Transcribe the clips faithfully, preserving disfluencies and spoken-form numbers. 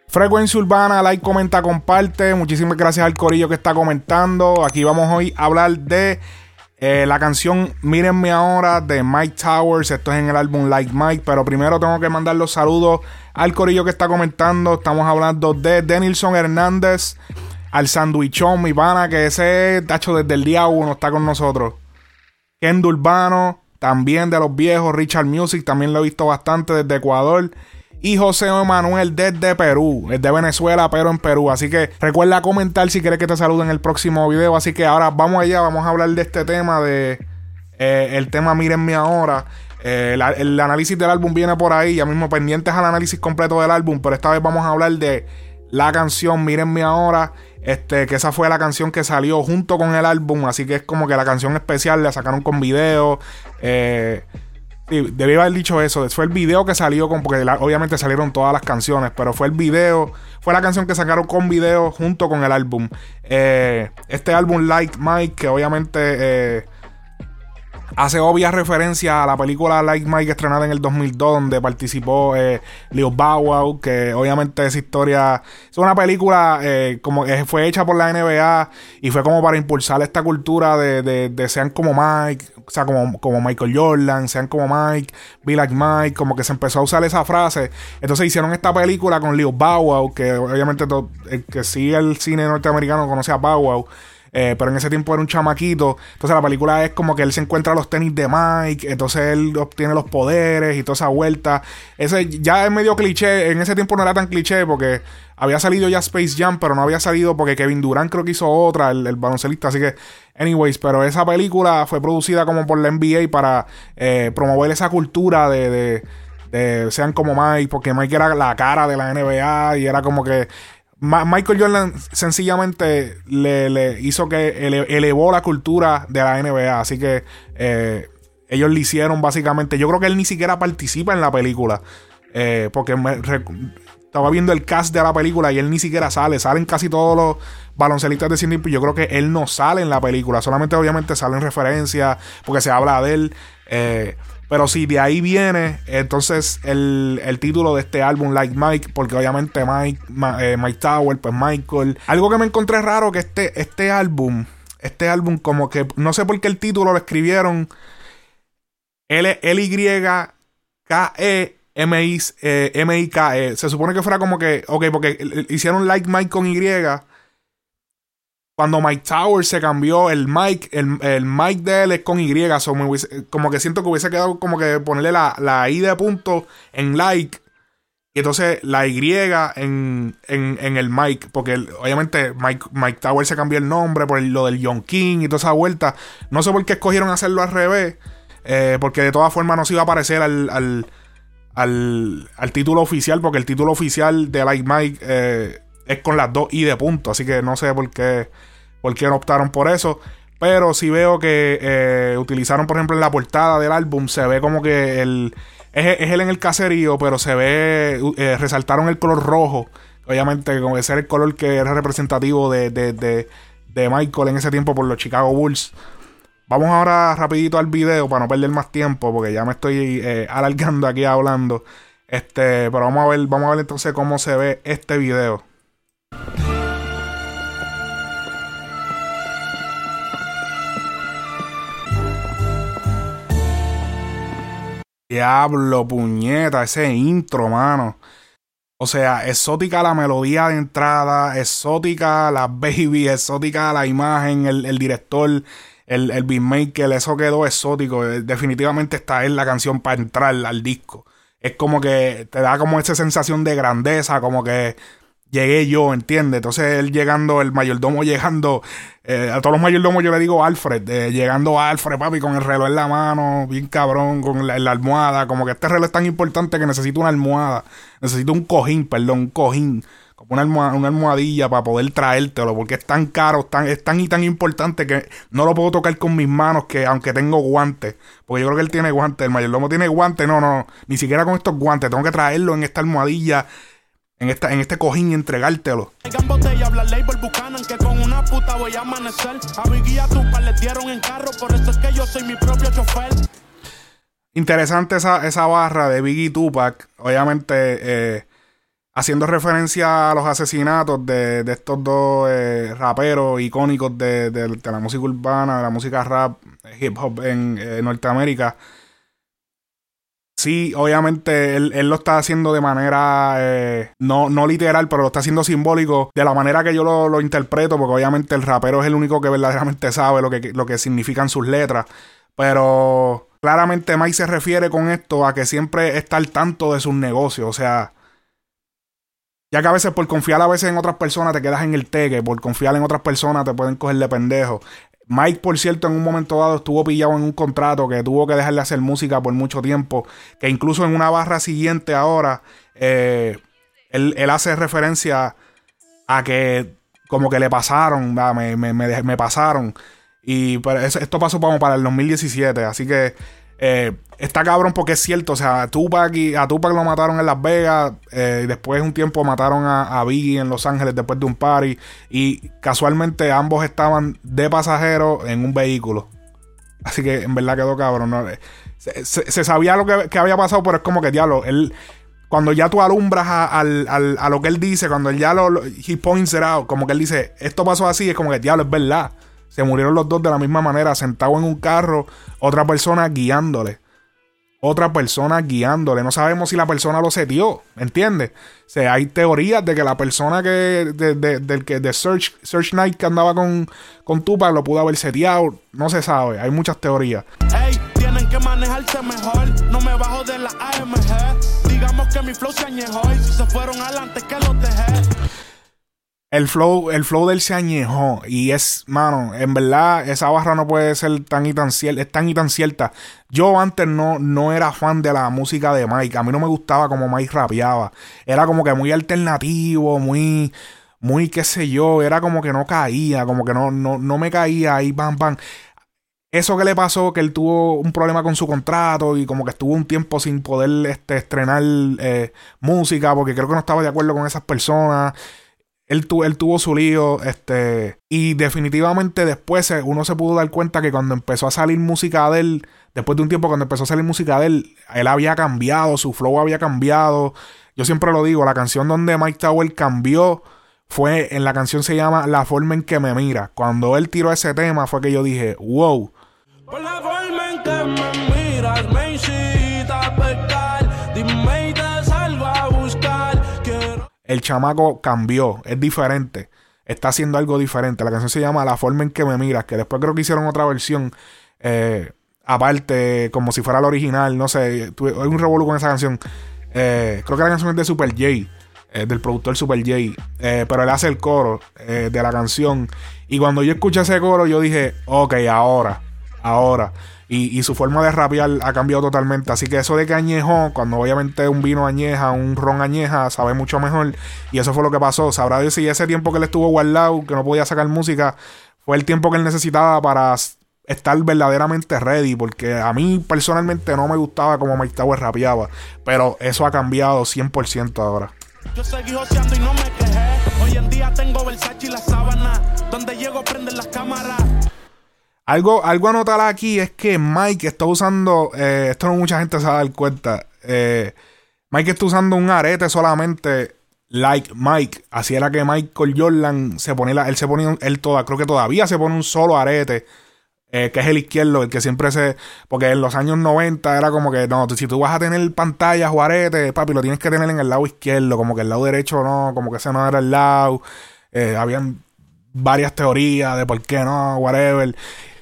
Frecuencia Urbana, like, comenta, comparte. Muchísimas gracias al corillo que está comentando. Aquí vamos hoy a hablar de eh, la canción Mírenme Ahora de Myke Towers. Esto es en el álbum Like Mike. Pero primero tengo que mandar los saludos al corillo que está comentando. Estamos hablando de Denilson Hernández, al Sandwichón, mi pana, que ese tacho desde el día uno está con nosotros. Kendo Urbano, también de los viejos. Richard Music, también lo he visto bastante desde Ecuador. Y José Emanuel desde Perú, es de Venezuela pero en Perú. Así que recuerda comentar si quieres que te saluden en el próximo video. Así que ahora vamos allá, vamos a hablar de este tema, de eh, el tema Mírenme Ahora. eh, el, el análisis del álbum viene por ahí, ya mismo pendientes al análisis completo del álbum. Pero esta vez vamos a hablar de la canción Mírenme Ahora, este, que esa fue la canción que salió junto con el álbum. Así que es como que la canción especial, la sacaron con video. Eh... Sí, debí haber dicho eso. Fue el video que salió con... Porque la, obviamente salieron todas las canciones, pero fue el video... Fue la canción que sacaron con video junto con el álbum. Eh, este álbum Like Mike, que obviamente... Eh, hace obvia referencia a la película Like Mike estrenada en el dos mil dos, donde participó eh, Lil Bow Wow, que obviamente esa historia es una película eh, como que fue hecha por la N B A y fue como para impulsar esta cultura de, de, de sean como Mike, o sea, como, como Michael Jordan, sean como Mike, be like Mike, como que se empezó a usar esa frase. Entonces hicieron esta película con Lil Bow Wow, que obviamente todo, el que sigue el cine norteamericano conoce a Bow Wow. Eh, pero en ese tiempo era un chamaquito. Entonces la película es como que él se encuentra los tenis de Mike, entonces él obtiene los poderes y toda esa vuelta. Ese ya es medio cliché. En ese tiempo no era tan cliché porque había salido ya Space Jam, pero no había salido porque Kevin Durant creo que hizo otra, el, el baloncelista. Así que, anyways, pero esa película fue producida como por la N B A para eh, promover esa cultura de... de de sean como Mike, porque Mike era la cara de la N B A y era como que Ma- Michael Jordan sencillamente le, le hizo que ele- elevó la cultura de la N B A. Así que eh, ellos le hicieron básicamente... Yo creo que él ni siquiera participa en la película, eh, porque me, re, estaba viendo el cast de la película y él ni siquiera sale. Salen casi todos los baloncelistas de Sydney, pero yo creo que él no sale en la película. Solamente obviamente salen referencias porque se habla de él. eh, Pero sí, de ahí viene entonces el, el título de este álbum, Like Mike, porque obviamente Mike, Ma, eh, Myke Towers, pues Michael. Algo que me encontré raro, que este, este álbum, este álbum como que, no sé por qué el título lo escribieron L Y K E M I K E. Se supone que fuera como que, ok, porque hicieron Like Mike con Y. Cuando Myke Towers se cambió, el Mike, el, el Mike de él es con Y. So me hubiese, como que siento que hubiese quedado como que ponerle la, la I de punto en like. Y entonces la Y en, en, en el Mike. Porque el, obviamente Mike, Myke Towers se cambió el nombre por el, lo del Young King y toda esa vuelta. No sé por qué escogieron hacerlo al revés. Eh, porque de todas formas no se iba a parecer al, al, al, al título oficial. Porque el título oficial de Like Mike eh, es con las dos I de punto. Así que no sé por qué... ¿Por qué no optaron por eso? Pero sí veo que eh, utilizaron, por ejemplo, en la portada del álbum, se ve como que el es, es él en el caserío, pero se ve, eh, resaltaron el color rojo. Obviamente, como ese era el color que era representativo de, de, de, de Michael en ese tiempo por los Chicago Bulls. Vamos ahora rapidito al video para no perder más tiempo, porque ya me estoy eh, alargando aquí hablando. Este, pero vamos a ver, vamos a ver entonces cómo se ve este video. Diablo, puñeta, ese intro, mano. O sea, exótica la melodía de entrada, exótica la baby, exótica la imagen, el, el director, el, el beatmaker, eso quedó exótico. Definitivamente esta es la canción para entrar al disco. Es como que te da como esa sensación de grandeza, como que llegué yo, ¿entiendes? Entonces él llegando, el mayordomo llegando, eh, a todos los mayordomos yo le digo Alfred, eh, llegando a Alfred, papi, con el reloj en la mano, bien cabrón, con la, la almohada, como que este reloj es tan importante que necesito una almohada, necesito un cojín, perdón, un cojín, como una, almohad, una almohadilla para poder traértelo, porque es tan caro, tan, es tan y tan importante que no lo puedo tocar con mis manos, que aunque tengo guantes, porque yo creo que él tiene guantes, el mayordomo tiene guantes, no, no, ni siquiera con estos guantes, tengo que traerlo en esta almohadilla, En, esta, en este cojín y entregártelo. Interesante esa, esa barra de Biggie y Tupac. Obviamente, eh, haciendo referencia a los asesinatos de, de estos dos eh, raperos icónicos de, de, de la música urbana, de la música rap, hip hop en eh, Norteamérica. Sí, obviamente él, él lo está haciendo de manera eh, no, no literal, pero lo está haciendo simbólico de la manera que yo lo, lo interpreto, porque obviamente el rapero es el único que verdaderamente sabe lo que, lo que significan sus letras. Pero claramente Mike se refiere con esto a que siempre está al tanto de sus negocios. O sea, ya que a veces por confiar a veces en otras personas te quedas en el teque, por confiar en otras personas te pueden coger de pendejo. Mike, por cierto, en un momento dado estuvo pillado en un contrato que tuvo que dejar de hacer música por mucho tiempo, que incluso en una barra siguiente ahora, eh, él, él hace referencia a que como que le pasaron, me, me, me, me pasaron. Y pues, esto pasó como para el dos mil diecisiete, así que eh, está cabrón porque es cierto. O sea, Tupac y, a Tupac lo mataron en Las Vegas, eh, y después de un tiempo mataron a, a Biggie en Los Ángeles después de un party, y casualmente ambos estaban de pasajeros en un vehículo. Así que en verdad quedó cabrón, ¿no? se, se, se sabía lo que, que había pasado, pero es como que diablo, él, cuando ya tú alumbras a, a, a, a lo que él dice, cuando él ya lo, lo he points it out, como que él dice esto pasó así, es como que diablo, es verdad. Se murieron los dos de la misma manera, sentados en un carro, otra persona guiándole. Otra persona guiándole. No sabemos si la persona lo setió, ¿entiendes? O sea, hay teorías de que la persona que de, de, del que de Search, Search Knight que andaba con, con Tupac lo pudo haber seteado. No se sabe, hay muchas teorías. Ey, tienen que manejarse mejor. No me bajo de la A M G. Digamos que mi flow se añejó y si se fueron adelante que los dejé. El flow, el flow del se añejó. Y es, mano, en verdad, esa barra no puede ser tan y tan cierta. Es tan y tan cierta. Yo antes no, no era fan de la música de Mike. A mí no me gustaba como Mike rapeaba. Era como que muy alternativo, muy, muy qué sé yo. Era como que no caía, como que no, no, no me caía ahí, bam, bam. Eso que le pasó, que él tuvo un problema con su contrato y como que estuvo un tiempo sin poder este, estrenar eh, música porque creo que no estaba de acuerdo con esas personas. Él, tu, él tuvo su lío, este, y definitivamente después se, uno se pudo dar cuenta que cuando empezó a salir música de él, después de un tiempo cuando empezó a salir música de él, él había cambiado, su flow había cambiado. Yo siempre lo digo, la canción donde Mike Tower cambió fue, en la canción se llama La Forma en que me mira. Cuando él tiró ese tema fue que yo dije, wow. Por la forma en que me miras, me incita a pecar, dime y te salgo a buscar, quiero... El chamaco cambió, es diferente, está haciendo algo diferente. La canción se llama La Forma en que me miras, que después creo que hicieron otra versión eh, aparte, como si fuera la original, no sé, tuve, hay un revolú con esa canción. Eh, creo que la canción es de Super J, eh, del productor Super J, eh, pero él hace el coro eh, de la canción. Y cuando yo escuché ese coro, yo dije, ok, ahora, ahora. Y, y su forma de rapear ha cambiado totalmente. Así que eso de que añejó, cuando obviamente un vino añeja, un ron añeja, sabe mucho mejor. Y eso fue lo que pasó. Sabrá Dios si ese tiempo que él estuvo guardado, que no podía sacar música, fue el tiempo que él necesitaba para estar verdaderamente ready. Porque a mí personalmente no me gustaba como Mike Tower rapeaba. Pero eso ha cambiado cien por ciento ahora. Yo seguí joseando y no me quejé. Hoy en día tengo Versace y la sábana. Donde llego prenden las cámaras. Algo, algo a notar aquí es que Mike está usando, eh, esto no mucha gente se va a dar cuenta, eh, Mike está usando un arete solamente, like Mike. Así era que Michael Jordan se ponía, él se ponía, él toda, creo que todavía se pone un solo arete, eh, que es el izquierdo, el que siempre se, porque en los años noventa era como que, no, si tú vas a tener pantallas o aretes, papi, lo tienes que tener en el lado izquierdo, como que el lado derecho no, como que ese no era el lado, eh, habían varias teorías de por qué no, whatever.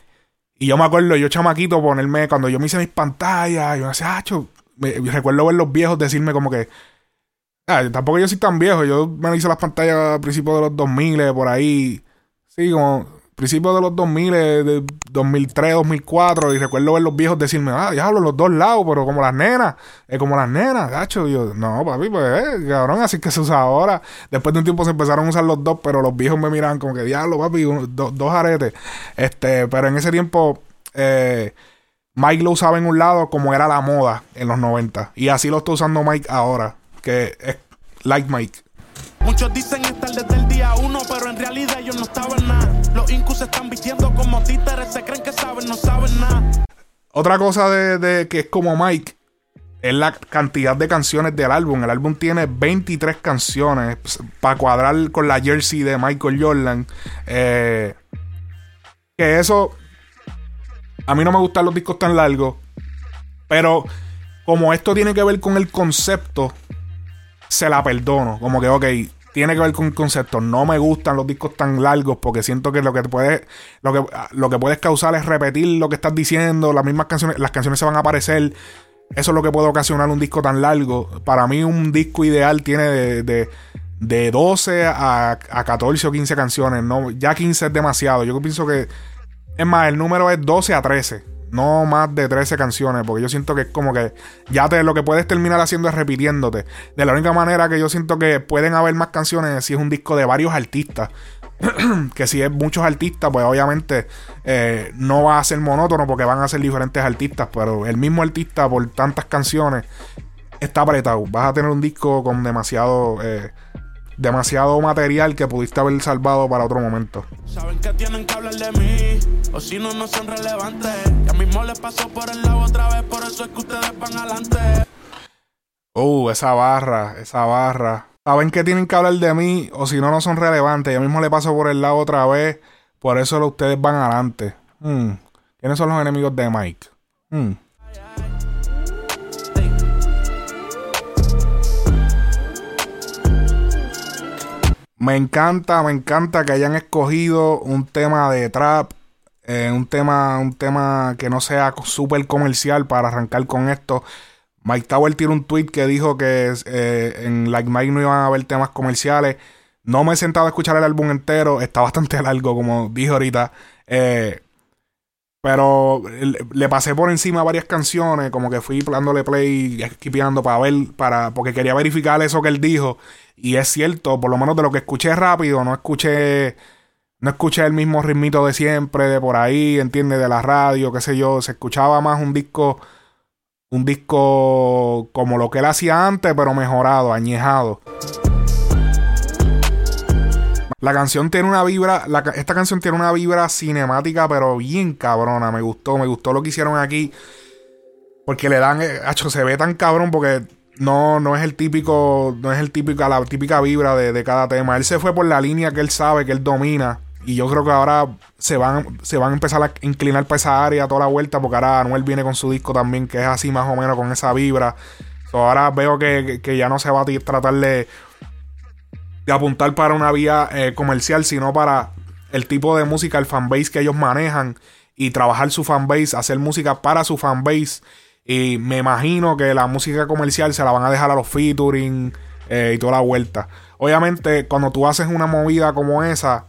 Y yo me acuerdo, yo chamaquito, ponerme, cuando yo me hice mis pantallas, yo me decía, ah, cho, me, yo recuerdo ver los viejos decirme como que, ah, tampoco yo soy tan viejo, yo me hice las pantallas a principios de los dos mil, por ahí, sí, como principios de los dos mil, de dos mil tres, dos mil cuatro, y recuerdo ver los viejos decirme, ah, diablo, los dos lados, pero como las nenas, eh, como las nenas, gacho. Y yo, no, papi, pues, eh, cabrón, así que se usa ahora. Después de un tiempo se empezaron a usar los dos, pero los viejos me miraban como que, diablo, papi, un, do, dos aretes. Este, pero en ese tiempo, eh, Mike lo usaba en un lado como era la moda en los noventa. Y así lo está usando Mike ahora, que es like Mike. Muchos dicen estar desde el día uno, pero en realidad ellos no estaban nada. Los incus se están vistiendo como títeres, se creen que saben, no saben nada. Otra cosa de, de que es como Mike, es la cantidad de canciones del álbum. El álbum tiene veintitrés canciones para cuadrar con la jersey de Michael Jordan. Eh, que eso, a mí no me gustan los discos tan largos, pero como esto tiene que ver con el concepto, se la perdono. Como que, ok, tiene que ver con el concepto. No me gustan los discos tan largos porque siento que lo que puede, lo que, lo que puedes causar es repetir lo que estás diciendo. Las mismas canciones, las canciones se van a aparecer. Eso es lo que puede ocasionar un disco tan largo. Para mí un disco ideal tiene de, de, de doce a, a catorce o quince canciones. No, ya quince es demasiado. Yo pienso que, es más, el número es doce a trece. No más de trece canciones, porque yo siento que es como que ya te, lo que puedes terminar haciendo es repitiéndote. De la única manera que yo siento que pueden haber más canciones es si es un disco de varios artistas. Que si es muchos artistas, pues obviamente eh, no va a ser monótono porque van a ser diferentes artistas. Pero el mismo artista por tantas canciones está apretado. Vas a tener un disco con demasiado eh, demasiado material que pudiste haber salvado para otro momento. Saben que tienen que hablar de mí, o si no, no son relevantes. Ya mismo les pasó por el lado otra vez, por eso es que ustedes van adelante. Uh, esa barra, esa barra. Saben que tienen que hablar de mí, o si no, no son relevantes. Ya mismo le paso por el lado otra vez, por eso ustedes van adelante. Hmm. ¿Quiénes son los enemigos de Mike? Hmm. Me encanta, me encanta que hayan escogido un tema de trap, eh, un tema, un tema que no sea súper comercial para arrancar con esto. Mike Tower tiró un tweet que dijo que eh, en Like Mike no iban a haber temas comerciales. No me he sentado a escuchar el álbum entero, está bastante largo, como dije ahorita. Eh, pero le, le pasé por encima varias canciones, como que fui dándole play y esquipeando para ver, para, porque quería verificar eso que él dijo. Y es cierto, por lo menos de lo que escuché rápido, no escuché, no escuché el mismo ritmito de siempre, de por ahí, ¿entiendes? De la radio, qué sé yo. Se escuchaba más un disco, un disco como lo que él hacía antes, pero mejorado, añejado. La canción tiene una vibra, la, esta canción tiene una vibra cinemática, pero bien cabrona. Me gustó, me gustó lo que hicieron aquí. Porque le dan, hecho, se ve tan cabrón porque no, no es el típico, no es el típico, la típica vibra de, de cada tema. Él se fue por la línea que él sabe, que él domina. Y yo creo que ahora se van, se van a empezar a inclinar para esa área toda la vuelta, porque ahora Anuel viene con su disco también, que es así más o menos con esa vibra. So, ahora veo que, que, que ya no se va a tratar de, de apuntar para una vía eh, comercial, sino para el tipo de música, el fanbase que ellos manejan, y trabajar su fanbase, hacer música para su fanbase. Y me imagino que la música comercial se la van a dejar a los featuring eh, y toda la vuelta. Obviamente, cuando tú haces una movida como esa,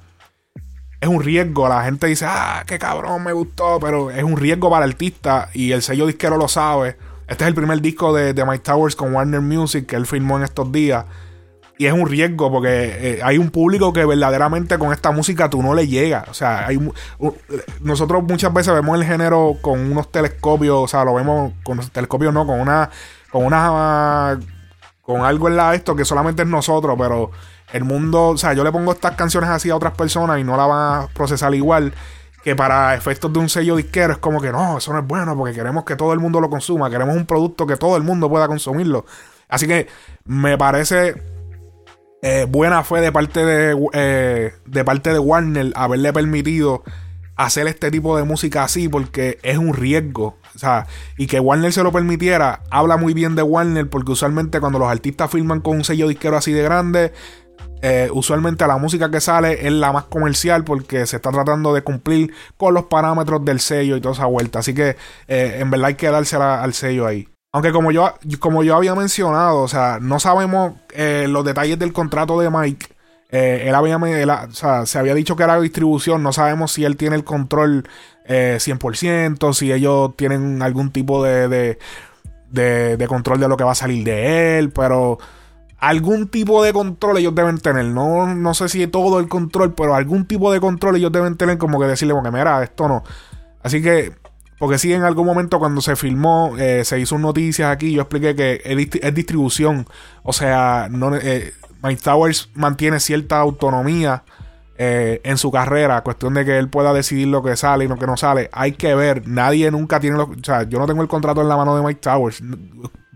es un riesgo. La gente dice, ah, qué cabrón, me gustó. Pero es un riesgo para el artista y el sello disquero lo sabe. Este es el primer disco de, de Mike Towers con Warner Music que él firmó en estos días. Y es un riesgo porque eh, hay un público que verdaderamente con esta música tú no le llegas. O sea, hay uh, nosotros muchas veces vemos el género con unos telescopios. O sea, lo vemos con los telescopios, no, con una, con una, uh, con algo en la esto que solamente es nosotros. Pero el mundo, o sea, yo le pongo estas canciones así a otras personas y no la van a procesar igual. Que para efectos de un sello disquero es como que no, eso no es bueno porque queremos que todo el mundo lo consuma. Queremos un producto que todo el mundo pueda consumirlo. Así que me parece Eh, buena fue de parte de eh, de parte de Warner haberle permitido hacer este tipo de música así, porque es un riesgo, o sea, y que Warner se lo permitiera habla muy bien de Warner, porque usualmente cuando los artistas firman con un sello disquero así de grande, eh, usualmente la música que sale es la más comercial porque se está tratando de cumplir con los parámetros del sello y toda esa vuelta. Así que eh, en verdad hay que dársela al sello ahí. Aunque como yo, como yo había mencionado, o sea, no sabemos eh, los detalles del contrato de Mike. Eh, él había, él, o sea, se había dicho que era distribución. No sabemos si él tiene el control eh, cien por ciento, si ellos tienen algún tipo de, de, de, de control de lo que va a salir de él. Pero algún tipo de control ellos deben tener. No, no sé si todo el control, pero algún tipo de control ellos deben tener, como que decirle, porque mira, esto no. Así que... Porque sí, en algún momento cuando se filmó, eh, se hizo noticias aquí, yo expliqué que es, es distribución. O sea, no, eh, Mike Towers mantiene cierta autonomía eh, en su carrera. Cuestión de que él pueda decidir lo que sale y lo que no sale. Hay que ver, nadie nunca tiene... Lo, o sea, yo no tengo el contrato en la mano de Mike Towers.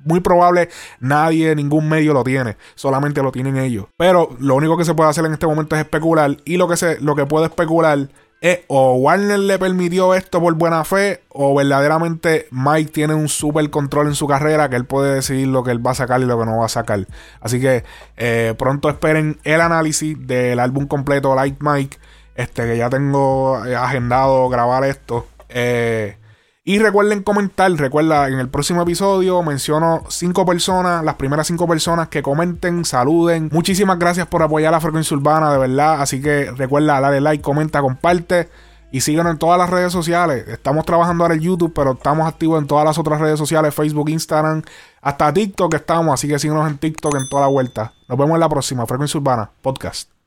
muy probable nadie, ningún medio lo tiene. Solamente lo tienen ellos. Pero lo único que se puede hacer en este momento es especular. Y lo que, se, lo que puedo especular es o Warner le permitió esto por buena fe, o verdaderamente Mike tiene un super control en su carrera que él puede decidir lo que él va a sacar y lo que no va a sacar. Así que eh, pronto esperen el análisis del álbum completo Like Mike, este que ya tengo agendado grabar esto. Eh, y recuerden comentar, recuerda, en el próximo episodio menciono cinco personas, las primeras cinco personas que comenten, saluden. Muchísimas gracias por apoyar a Frecuencia Urbana, de verdad. Así que recuerda, dale like, comenta, comparte y síguenos en todas las redes sociales. Estamos trabajando ahora en YouTube, pero estamos activos en todas las otras redes sociales, Facebook, Instagram, hasta TikTok estamos. Así que síguenos en TikTok en toda la vuelta. Nos vemos en la próxima, Frecuencia Urbana Podcast.